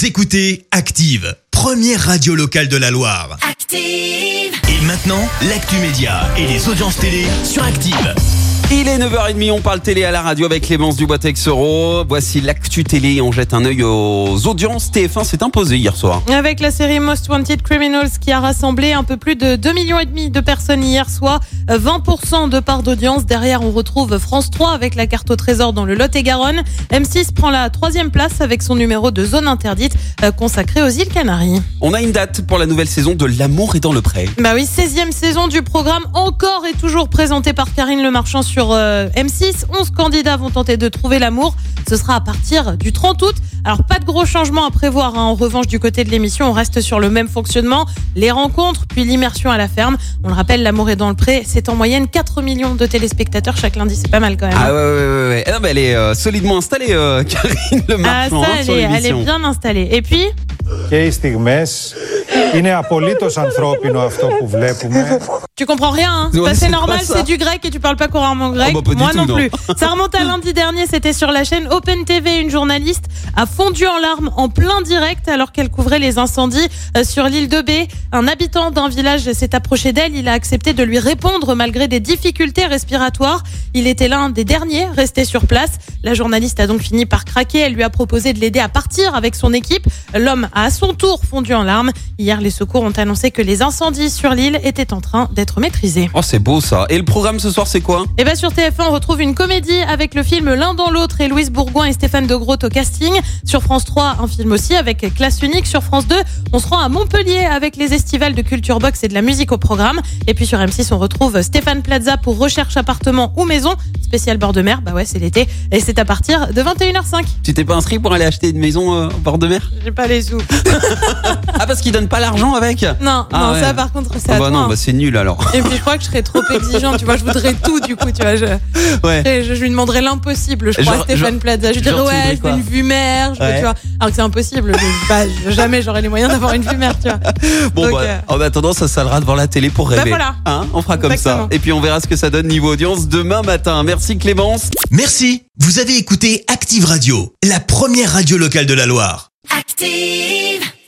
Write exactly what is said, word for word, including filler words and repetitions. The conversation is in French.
Vous écoutez Active, première radio locale de la Loire. Active. Et maintenant, l'actu média et les audiences télé sur Active. Il est neuf heures trente, on parle télé à la radio avec Clémence Dubois-Texero. Voici l'actu télé, on jette un œil aux audiences. T F un s'est imposé hier soir. Avec la série Most Wanted Criminals qui a rassemblé un peu plus de deux millions et demi de personnes hier, soit vingt pour cent de part d'audience. Derrière, on retrouve France trois avec la carte au trésor dans le Lot-et-Garonne. M six prend la troisième place avec son numéro de Zone Interdite consacré aux îles Canaries. On a une date pour la nouvelle saison de L'amour est dans le pré. Bah oui, seizième saison du programme, encore et toujours présenté par Karine Le Marchand sur euh, M six. onze candidats vont tenter de trouver l'amour. Ce sera à partir du trente août. Alors pas de gros changements à prévoir, hein. En revanche, du côté de l'émission, on reste sur le même fonctionnement. Les rencontres, puis l'immersion à la ferme. On le rappelle, L'amour est dans le pré, c'est en moyenne quatre millions de téléspectateurs chaque lundi. C'est pas mal quand même. Ah ouais, ouais, ouais. ouais. Non, mais elle est euh, solidement installée, euh, Karine Le Marchand. Ah ça, hein, elle, sur est, elle est l'émission. bien installée. Et puis... Και οι στιγμές είναι απολύτως ανθρώπινο αυτό που βλέπουμε. Tu comprends rien, hein Ouais, bah, c'est c'est quoi normal, ça c'est du grec et tu parles pas couramment grec. Oh bah, pas du Moi tout, non, non. plus. Ça remonte à lundi dernier, c'était sur la chaîne Open T V. Une journaliste a fondu en larmes en plein direct alors qu'elle couvrait les incendies sur l'île de Bé. Un habitant d'un village s'est approché d'elle. Il a accepté de lui répondre malgré des difficultés respiratoires. Il était l'un des derniers restés sur place. La journaliste a donc fini par craquer. Elle lui a proposé de l'aider à partir avec son équipe. L'homme a à son tour fondu en larmes. Hier, les secours ont annoncé que les incendies sur l'île étaient en train d'être maîtrisés. Oh, c'est beau ça. Et le programme ce soir, c'est quoi? Et bien sur T F un, on retrouve une comédie avec le film L'un dans l'autre et Louise Bourgoin et Stéphane de Groot au casting. Sur France trois, un film aussi avec Classe Unique. Sur France deux, on se rend à Montpellier avec les estivales de Culture Box et de la musique au programme. Et puis sur M six, on retrouve Stéphane Plaza pour Recherche appartement ou maison. Spécial bord de mer, bah ouais, c'est l'été. Et c'est à partir de vingt et une heures cinq. Tu t'es pas inscrit pour aller acheter une maison euh, au bord de mer? J'ai pas les sous. Ah, parce qu'ils donnent pas l'argent avec? Non, Ah non, ouais. ça par contre, c'est Ah à bah toi. non, hein. bah c'est nul alors. Et puis je crois que je serais trop exigeante, tu vois, je voudrais tout du coup, tu vois, je, Ouais. je, je lui demanderais l'impossible, je crois, Genre- à Stéphane genre- Plaza. Je lui genre, dirais, tu ouais, voudrais je veux quoi une vue mer, je veux, Ouais. tu vois. Alors que c'est impossible, je- bah, je- jamais j'aurais les moyens d'avoir une vue mer, tu vois. Bon, Donc, bah, euh, en attendant, ça salera devant la télé pour rêver. voilà. Hein, on fera comme Exactement. ça. Et puis on verra ce que ça donne niveau audience demain matin. Merci Clémence. Merci. Vous avez écouté Active Radio, la première radio locale de la Loire. Active.